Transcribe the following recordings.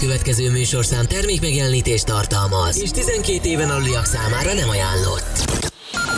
következő műsorszám termékmegjelenítést tartalmaz, és 12 éven aluliak számára nem ajánlott. 3,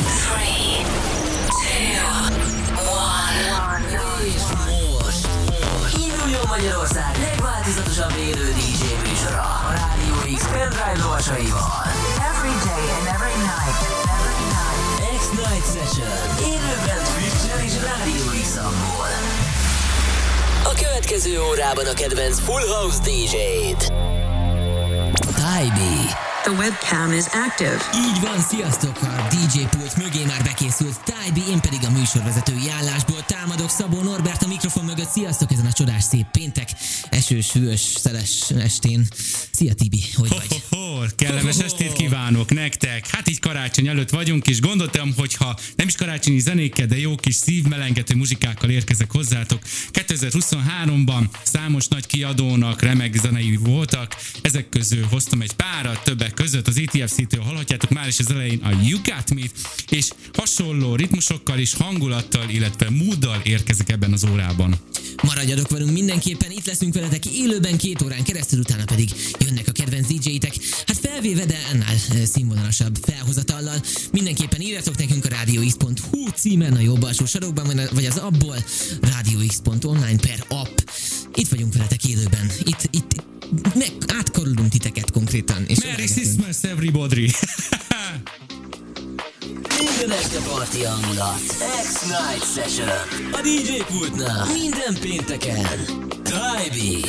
2, 1. És most induljon Magyarország legváltozatosabb élő DJ műsora a Rádió X pendrive lovasaival. Every day and every night. X-Night Session. Élőben Twitch-en és Rádió X-amból. A következő órában a kedvenc Full House DJ-d. Tybee. The webcam is active. Így van, sziasztok! A DJ pult mögé már bekészült Tybee, én pedig a műsorvezetői állásból támadok. Szabó Norbert a mikrofon mögött. Sziasztok ezen a csodás szép péntek, esős, hűvös, szeles estén. Szia Tibi, hogy vagy? Kellemes estét kívánok nektek. Hát így karácsony előtt vagyunk, és gondoltam, hogyha nem is karácsonyi zenékkel, de jó kis szívmelengető muzsikákkal érkezek hozzátok. 2023-ban számos nagy kiadónak remek zenei voltak, ezek közül hoztam egy párat, többek között az ETFC-től hallhatjátok már is az elején a You Got Me, és hasonló ritmusokkal és hangulattal, illetve mooddal érkezek ebben az órában. Maradjatok velünk mindenképpen, itt leszünk veletek élőben 2 órán keresztül, utána pedig jönnek a kedvenc DJ-tek, hát felvéve, de annál színvonalasabb felhozatallal. Mindenképpen írjatok nekünk a radiox.hu címen, a jobb alsó sarokban, vagy az appból, radiox.online/app. Itt vagyunk veletek élőben, itt átkarolunk titeket konkrétan. És Merry Christmas everybody! Minden este party hangulat. X-Night Session. A DJ pultnál minden pénteken. Tybee.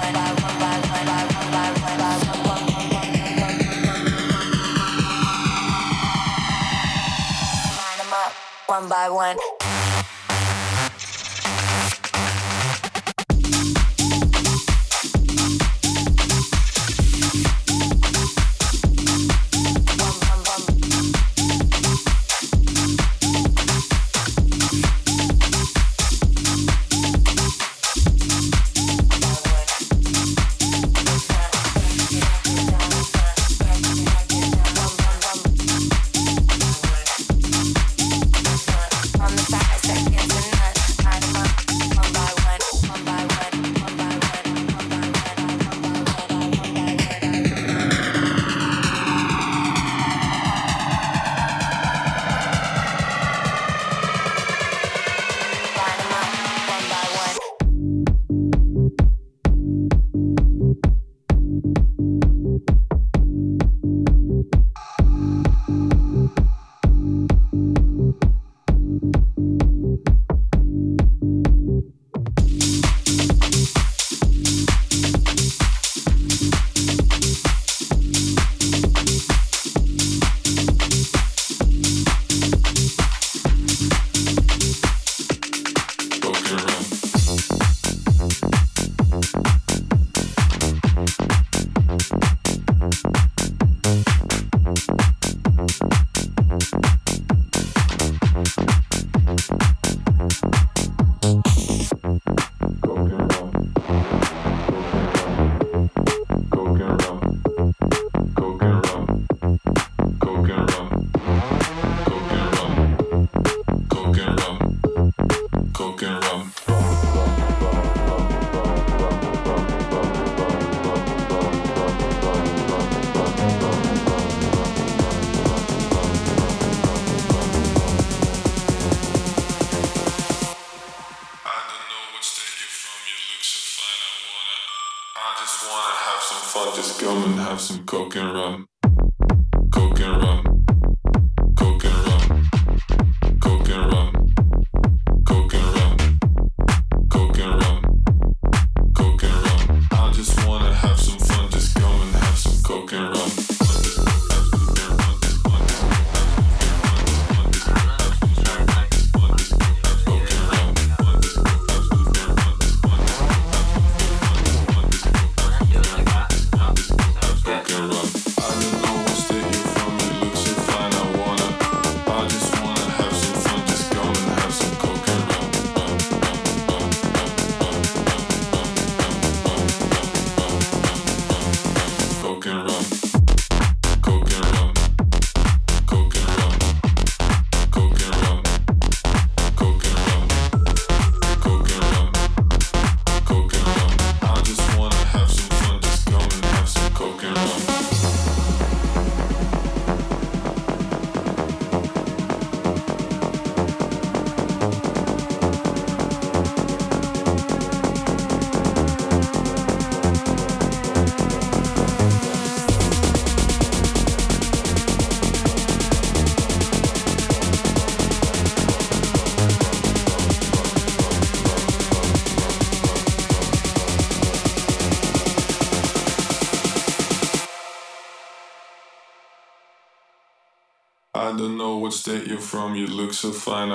One by one. I don't know what state you're from, you look so fine,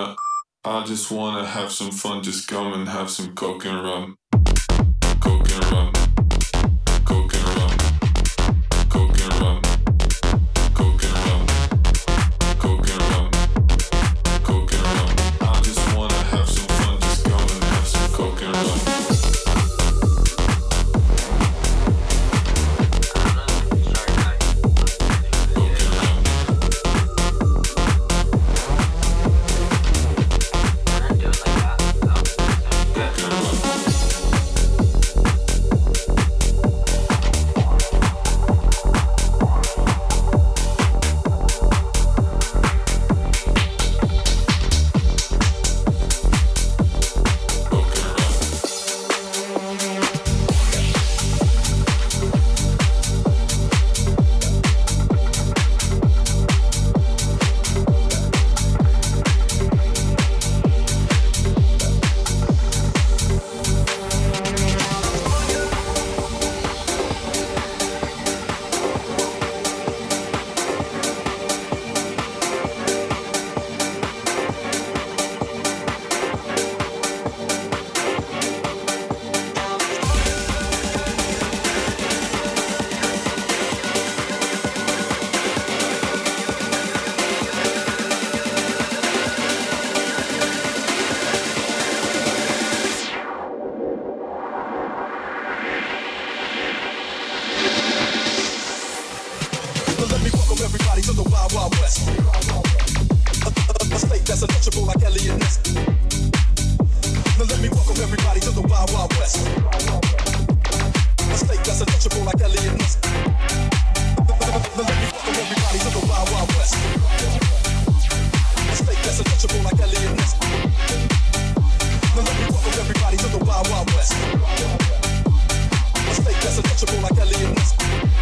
I just wanna have some fun, just come and have some coke and rum. Coke and rum. Coke and rum. Coke and rum. Coke and rum. Coke and rum. Coke and rum. I just wanna have some fun, just come and have some coke and rum. Coke and Wild West. A state that's untouchable like Elliot Ness. Now let me welcome everybody to the Wild Wild West. A state that's untouchable like Elliot Ness. Now let me welcome everybody to the Wild Wild West. A state that's untouchable like Elliot Ness. Now let me welcome everybody to the Wild Wild West. A state that's untouchable like Elliot Ness.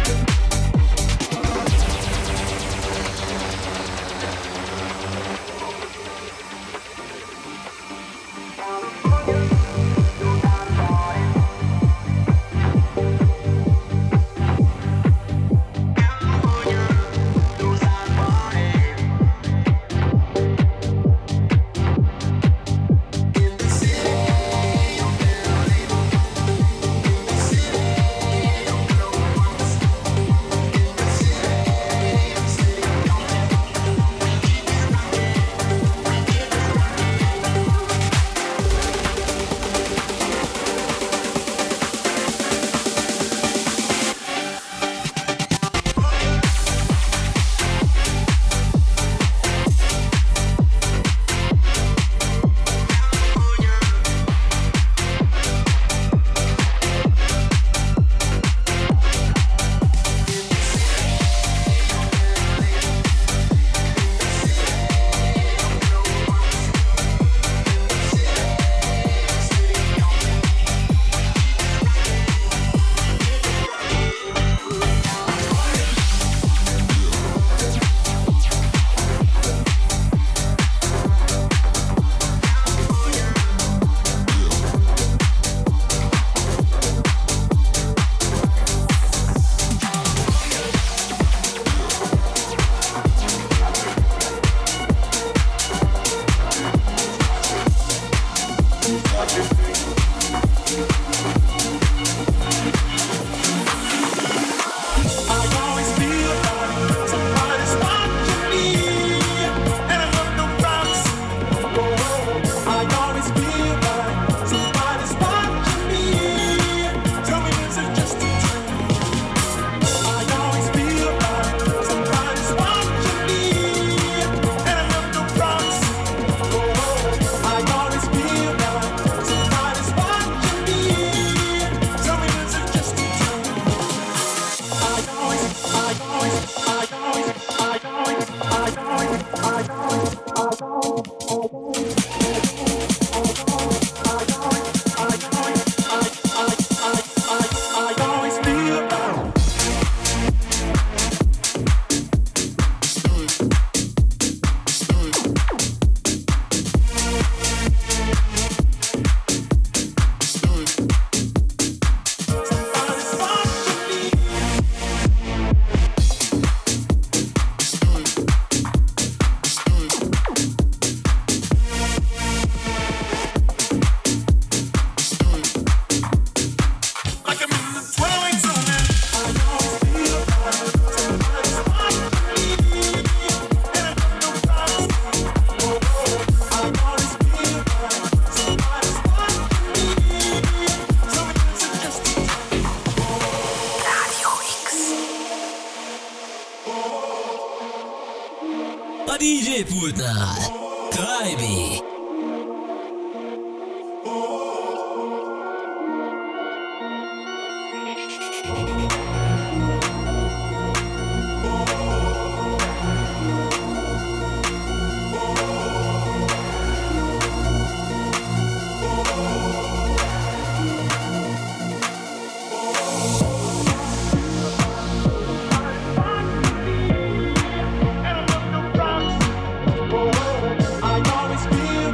DJ pultnál Kajbi. I always feel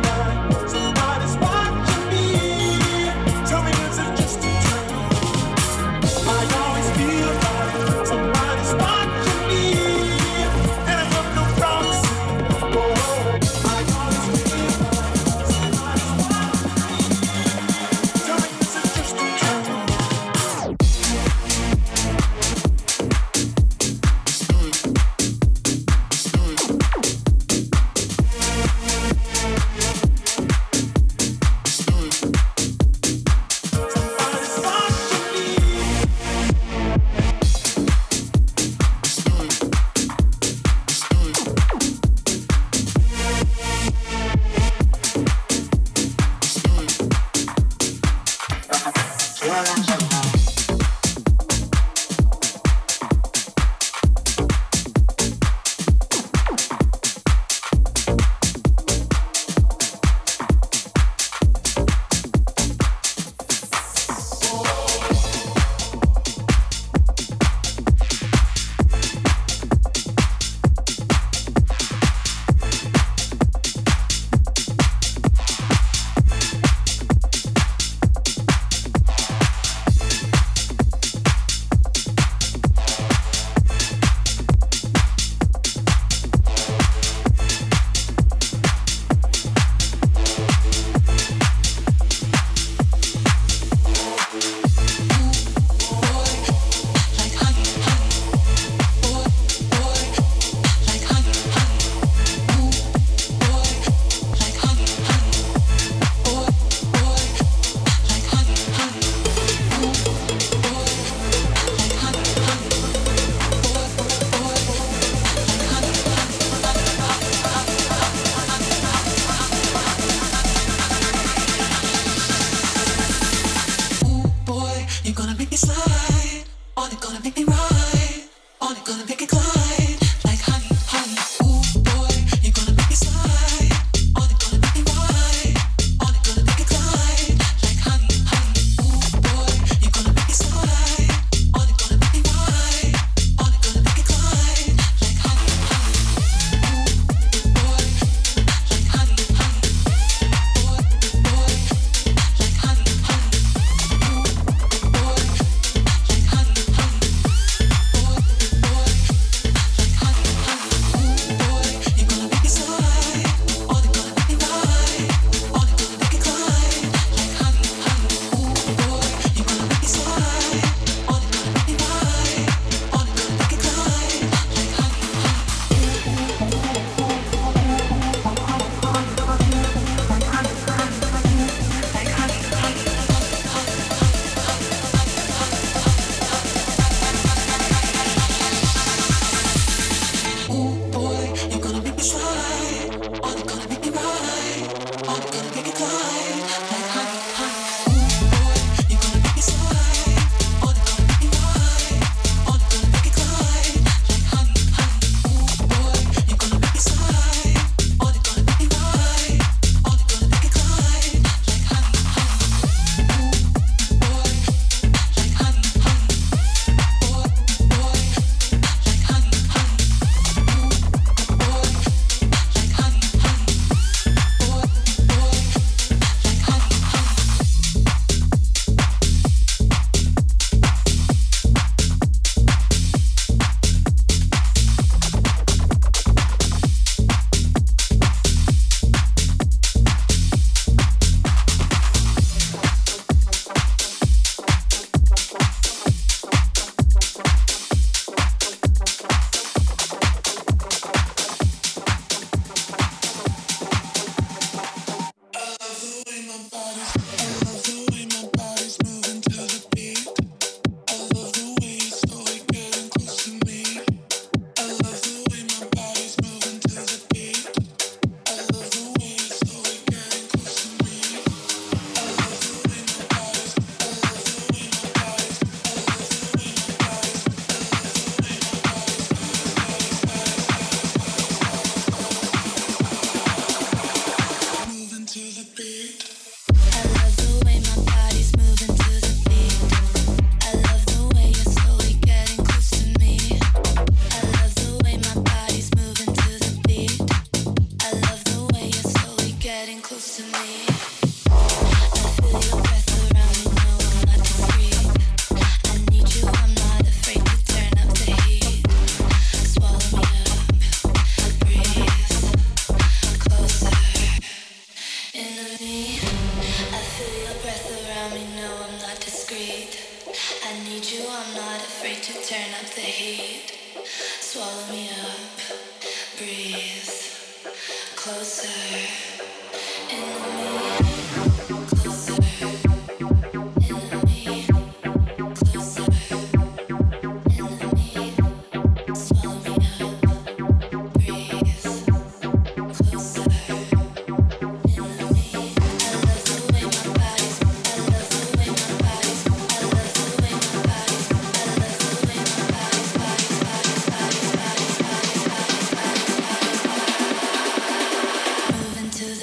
To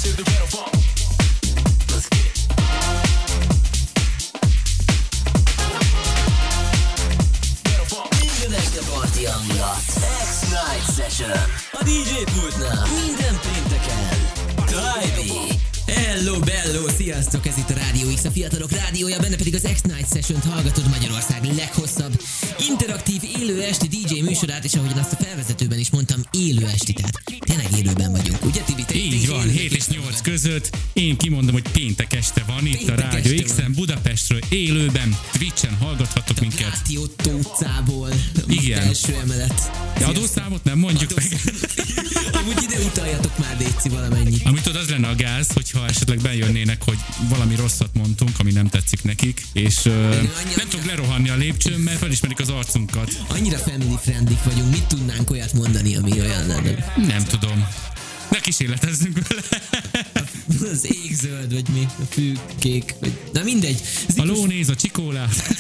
A DJ pultnál minden pénteken Tribe. Hello, bello, sziasztok, ez itt a Rádió X, a fiatalok rádiója, benne pedig az X-Night Session-t hallgatod, Magyarország leghosszabb interaktív élő esti DJ műsorát, és ahogyan azt a felvezetőben is mondtam, élő esti, tehát tényleg élőben vagyunk, ugye Tibi? Így van, 7 és 8 között, én kimondom, hogy péntek este van itt a Rádió X-en, Budapestről élőben, Twitch-en hallgathatok minket. Rádió Tócából, igen. Első emelet. Adószámot nem mondjuk meg. Amúgy ide utaljatok már, Déci, valamennyi. Amit tudod, az lenne a gáz, hogyha esetleg bejönnének, hogy valami rosszat mondtunk, ami nem tetszik nekik, és nem tudunk lerohanni a lépcsőn, mert felismerik az arcunkat. Annyira family friendly vagyunk, mit tudnánk olyat mondani, ami olyan lenne? Nem tudom. Ne kísérletezzünk vele. Az ég zöld, vagy mi? A fű kék, vagy... Na mindegy. A ló néz a csikólát.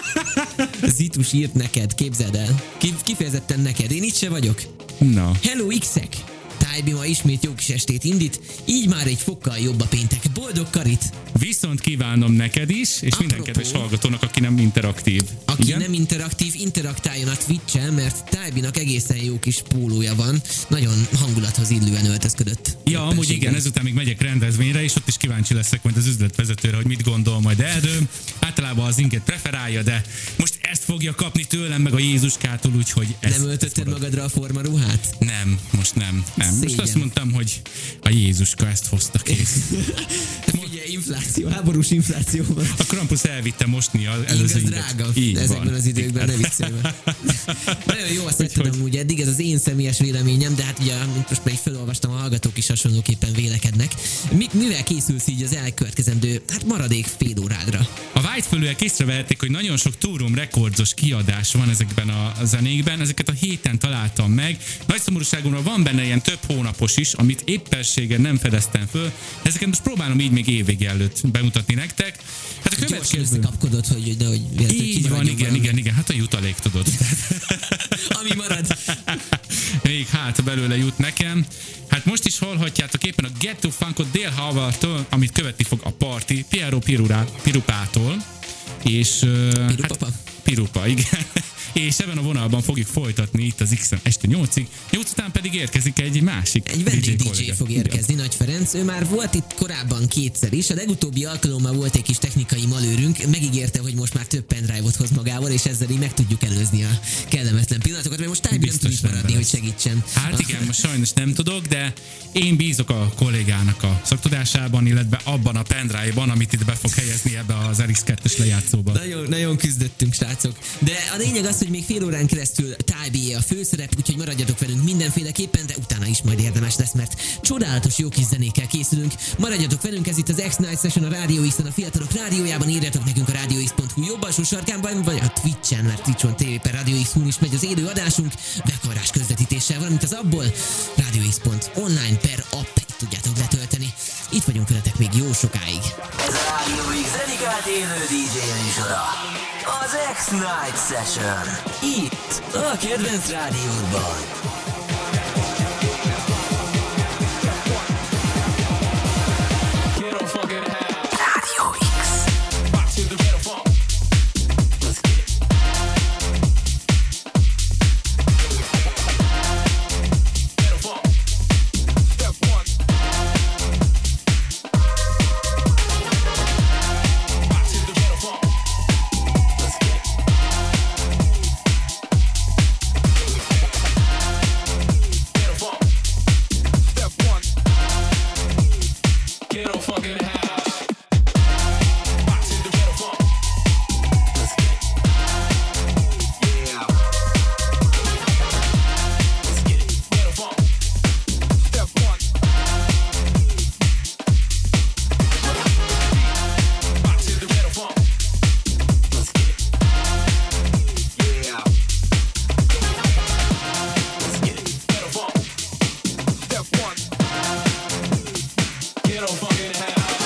Zitus írt neked, képzeld el. Kifejezetten neked, én itt se vagyok. Na. Hello X-ek! Tájbi ma ismét jó kis estét indít, így már egy fokkal jobb a péntek. Boldog Karit! Viszont kívánom neked is, és minden kedves hallgatónak, aki nem interaktív. Aki nem interaktív, interaktáljon a Twitch-en, mert Tájbinak egészen jó kis pólója van. Nagyon hangulathoz illően öltözködött. Ja, amúgy igen, ezután még megyek rendezvényre, és ott is kíváncsi leszek majd az üzletvezetőre, hogy mit gondol majd erről. Általában az inget preferálja, de most ezt fogja kapni tőlem, meg a Jézuskától, úgyhogy ezt... Nem öltötted magadra a formaruhát? Nem, most nem. Most azt mondtam, hogy a Jézuska ezt hozta kész. Figyelj, infláció, háborús infláció van. A Krampus elvitte mostni az előző inget. Drága ezekben az időkben, ne viccelve. Nagyon jó azt tettem amúgy eddig, ez az én személyes véleményem, de hát ugye most már felolvastam, a hallgatók is hasonlóképpen vélekednek. Mivel készülsz így az elkövetkezendő, hát maradék fél órádra? A Whitefölőek észrevehették, hogy nagyon sok Tourum rekordsos kiadás van ezekben a zenékben, ezeket a héten találtam meg. Nagy szomorúságomra van benne ilyen több hónapos is, amit éppenséggel nem fedeztem föl. Ezeket most próbálom így még évvége előtt bemutatni nektek. Hát a következő... Gyorsan összekapkodod, hogy így van, igen, hát a jutalék, tudod. Ami marad. Még hát belőle jut nekem. Hát most is hallhatjátok éppen a Get to Funkot Dale Howard-tól, amit követni fog a Party, Piero Pirupától. És... Pirupa, igen. És ebben a vonalban fogjuk folytatni itt az X-en este 8-ig. 8 után pedig érkezik egy másik egy vendég DJ fog érkezni, Nagy Ferenc. Ő már volt itt korábban kétszer is. A legutóbbi alkalommal volt egy kis technikai malőrünk. Megígérte, hogy most már több pendrive-ot hoz magával, és ezzel így meg tudjuk előzni a kellemetlen pillanatokat, mert most Tájbi nem tud itt maradni, hogy segítsen. Hát igen, most sajnos nem tudok, de én bízok a kollégának a szaktudásában, illetve abban a pendrive-ban, amit itt be fog helyezni ebbe az RX2-es lejátszóba. Nagyon küzdöttünk, srácok. De a lényeg az, hogy még fél órán keresztül Tájbi a főszerep, úgyhogy maradjatok velünk mindenféleképpen, de utána is majd érdemes lesz, mert csodálatos jó kis zenékkel készülünk. Maradjatok velünk, ez itt az X-Night Session a Rádió X-en, a fiatalok rádiójában, írjatok nekünk a radiox.hu jobb alsó sarkánban, vagy a Twitch-en, mert Twitch-on TV per Radio X-hun is megy az élő adásunk, bekarás közvetítéssel, valamint az abból radiox.online per app tudjátok letölteni. Itt vagyunk veletek még jó sokáig. Ez a Rádió X dedikát élő DJ műsora. Az X-Night Session. Itt, a kedvenc rádiódban. Rádió X. Get on fucking house.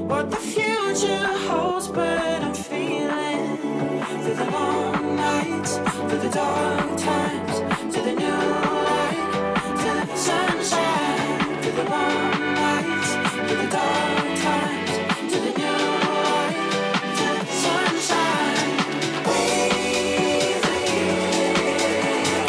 what the future holds, but I'm feeling through the long nights, through the dark times, to the new light, to the sunshine, through the long nights, through the dark times, to the new light, to the sunshine. Breathe again.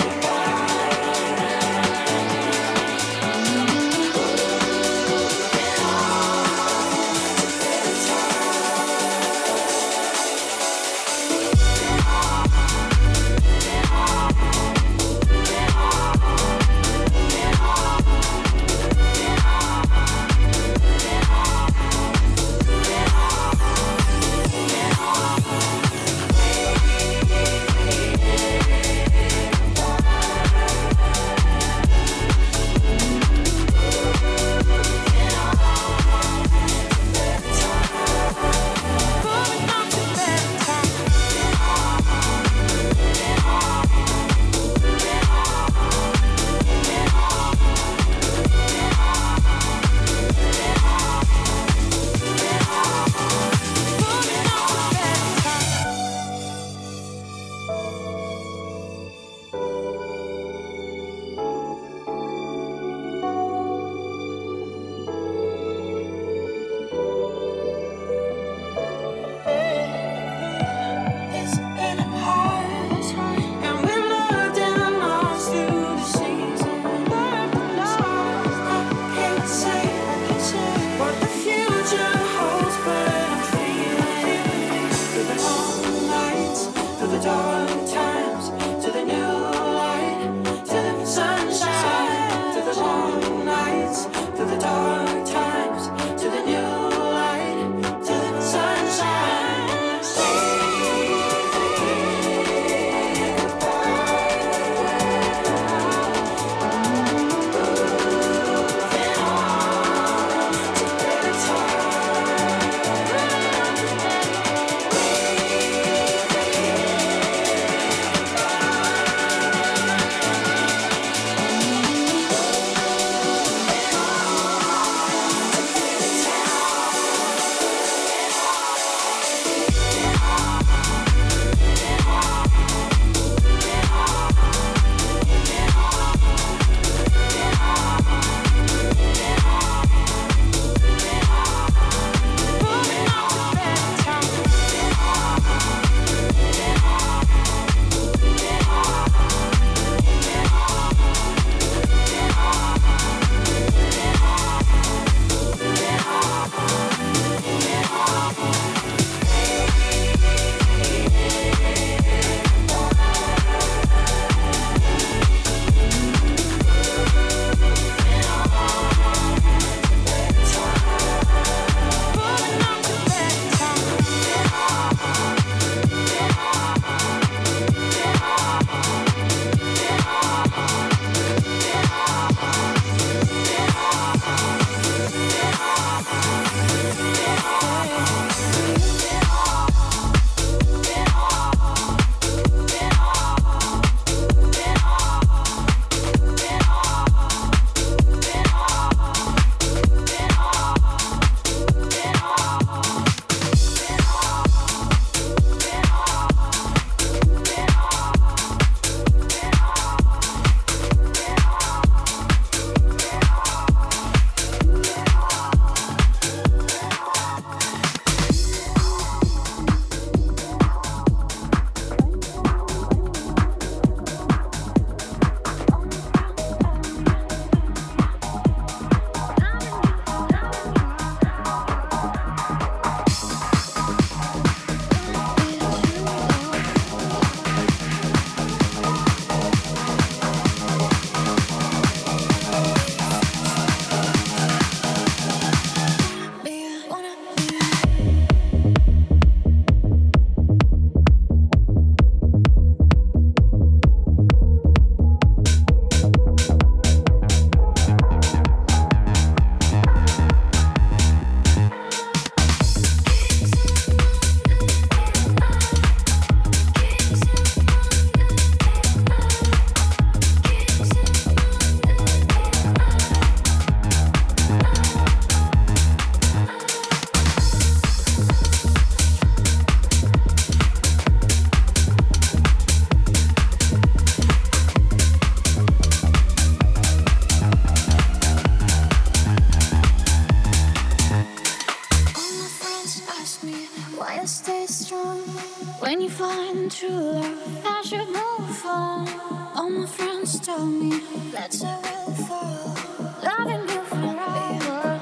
When you find true love, I should move on. All my friends tell me that's a real fall. Loving you forever.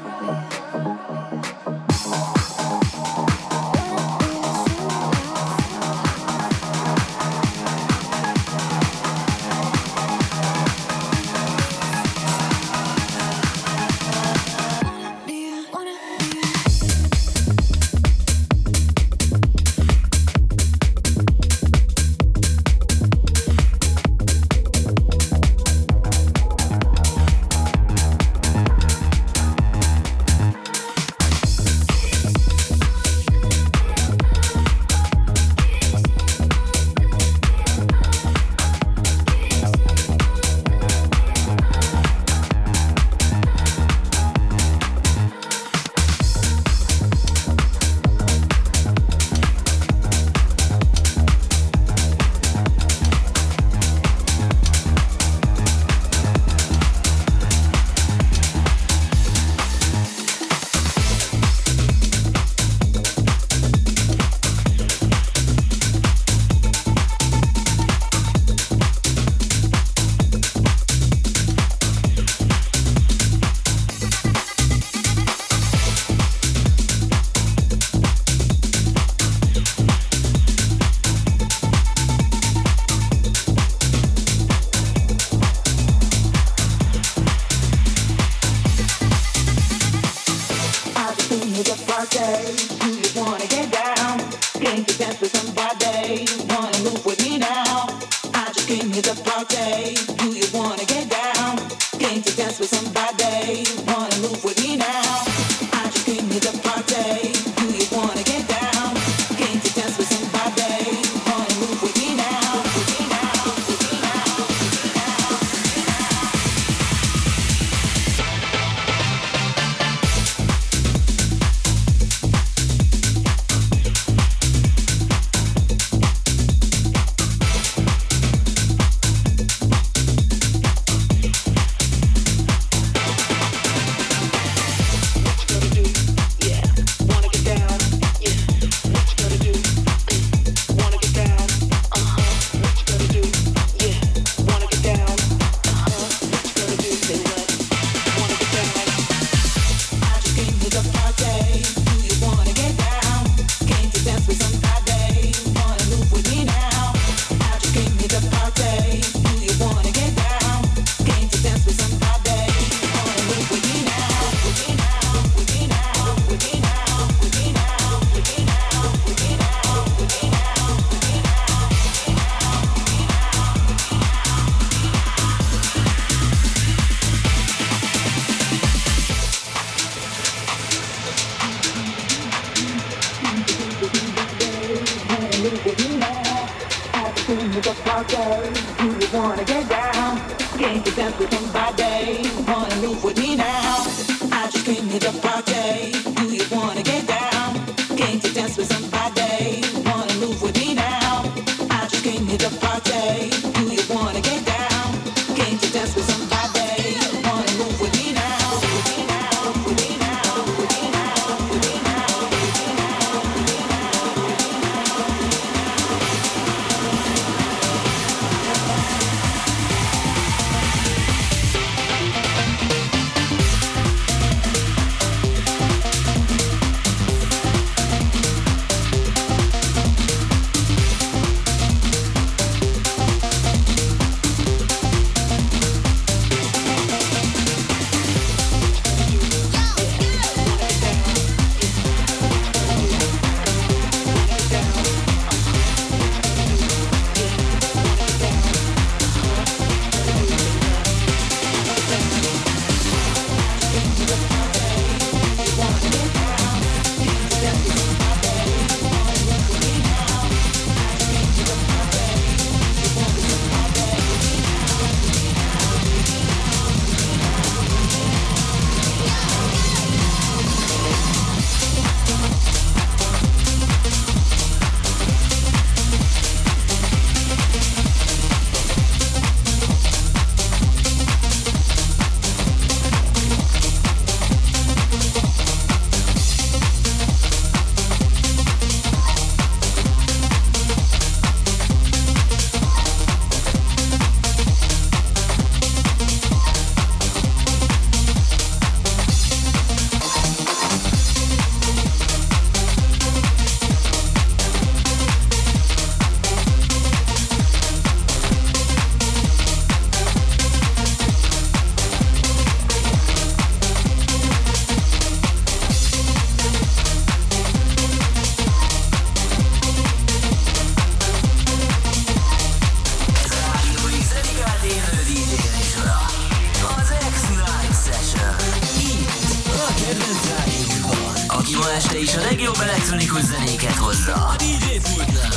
aki ma este is a legjobb elektronikus zenéket hozza. A DJ pultnál.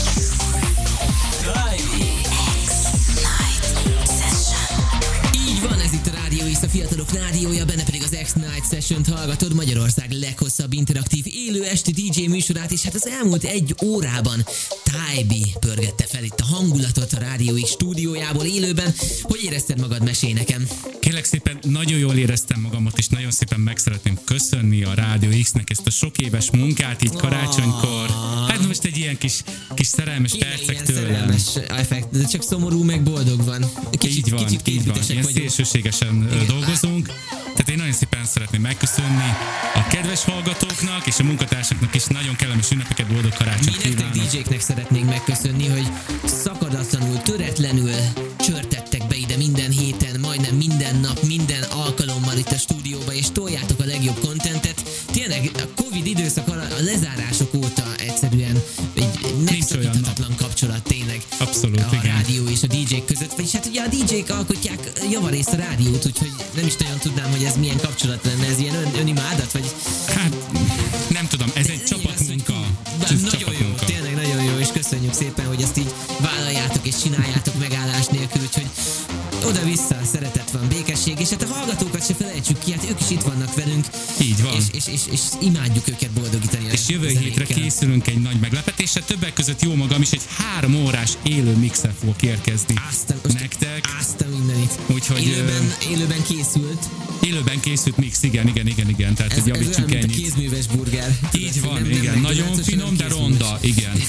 Így van, ez itt a Rádió X, a fiatalok rádiója, benne pedig az X-Night Session-t hallgatod, Magyarország leghosszabb interaktív élő esti DJ műsorát, és hát az elmúlt egy órában Tybi pörgette fel itt a hangulatot a Rádió X stúdiójából élőben. Hogy érezted magad? Mesélj nekem. Kérlek szépen, nagyon jól éreztem magamat, és nagyon szépen meg szeretném köszönni a Rádió X-nek ezt a sok éves munkát így karácsonykor. Hát most egy ilyen kis szerelmes percek tőlem. Szerelmes effekt, de csak szomorú, meg boldog van. Így van. Ilyen szélsőségesen dolgozunk. Tehát én nagyon szépen szeretném megköszönni a kedves hallgatóknak és a munkatársaknak is nagyon kellemes ünnepeket, boldog karácsonyt kívánok. Mi nektek DJ-knek szeretnénk megköszönni, hogy szakadatlanul, töretlenül csörtettek be ide minden héten, majdnem minden nap, minden alkalommal itt a stúdióba, és toljátok a legjobb kontentet. Tényleg a Covid időszak alatt, a lezárások óta egyszerűen egy megszakíthatatlan kapcsolat tényleg. Abszolút, a igen. rádió és a DJ-k között, vagyis hát ugye a DJ-k alkotják javarészt a rádiót, úgyhogy nem is nagyon tudnám, hogy ez milyen kapcsolat lenne, ez ilyen önimádat, vagy... Hát nem tudom, ez egy csapatmunka. Nagyon jó, tényleg nagyon jó, és köszönjük szépen, hogy ezt így vállaljátok és csináljátok megállás nélkül, úgyhogy oda-vissza szeretet van, békesség, és hát a hallgatókat se felejtsük ki, hát ők is itt vannak velünk. Így van. És imádjuk őket boldogítani. És jövő hétre készülünk egy nagy meglepetéssel, többek között jó magam is egy 3 órás élő mixel fogok érkezni nektek. Azt a mindenit. Úgyhogy élőben készült. Élőben készült mix, igen. Tehát ez javítsuk olyan, ennyit. mint a kézműves burger. Így van, igen. Nagyon finom, de ronda, igen.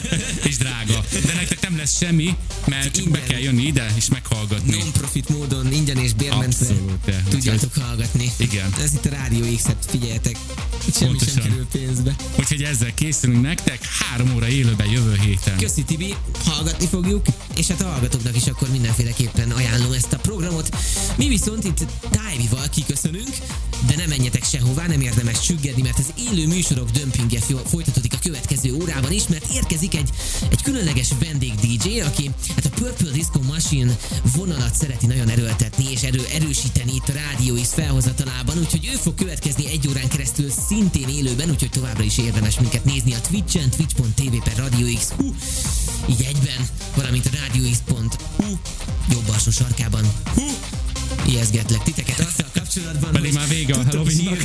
És drága. De nektek nem lesz semmi, mert csak be kell jönni ide és meghallgatni. Non-profit módon, ingyen és bérmentve tudjátok hallgatni. Igen. Ez itt a Rádió X, hát figyeljetek, semmi sem kerül pénzbe. Úgyhogy ezzel készülünk nektek 3 óra élőben jövő héten. Köszi Tibi, hallgatni fogjuk, és hát a hallgatóknak is akkor mindenféleképpen ajánlom ezt a programot. Mi viszont itt Tybival kiköszönünk, de nem menjetek sehová, nem érdemes csüggedni, mert az élő műsorok dömpingje folytatódik a következő órában is, mert érkezik egy különleges vendég DJ, aki hát a Purple Disco Machine vonalat szereti nagyon erőltetni és erősíteni itt a Rádió X felhozatalában, úgyhogy ő fog következni 1 órán keresztül szintén élőben, úgyhogy továbbra is érdemes minket nézni a Twitch-en, twitch.tv/RadioX, így egyben, valamint a radiox.hu jobb alsó sarkában. Ijeszgetlek titeket azzal kapcsolatban, pedig már vége a Halloweennak.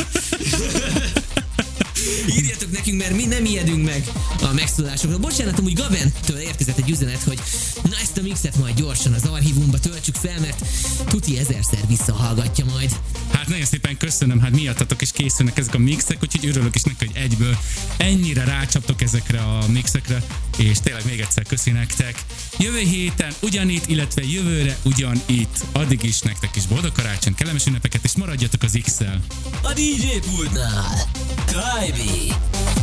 Írjatok nekünk, mert mi nem ijedünk meg a megszólalásokról. Bocsánat, amúgy Gabentől érkezett egy üzenet, hogy na ezt a mixet majd gyorsan az archívumba töltsük fel, mert tuti 1000-szer visszahallgatja majd. Hát nagyon szépen köszönöm, hát miattatok is készülnek ezek a mixek, úgyhogy örülök is neki, hogy egyből ennyire rácsaptok ezekre a mixekre, és tényleg még egyszer köszi nektek. Jövő héten ugyanitt, illetve jövőre ugyanitt. Addig is nektek is boldog karácsony, kellemes ünnepeket, és maradjatok az X-el. A DJ pultnál Tybi.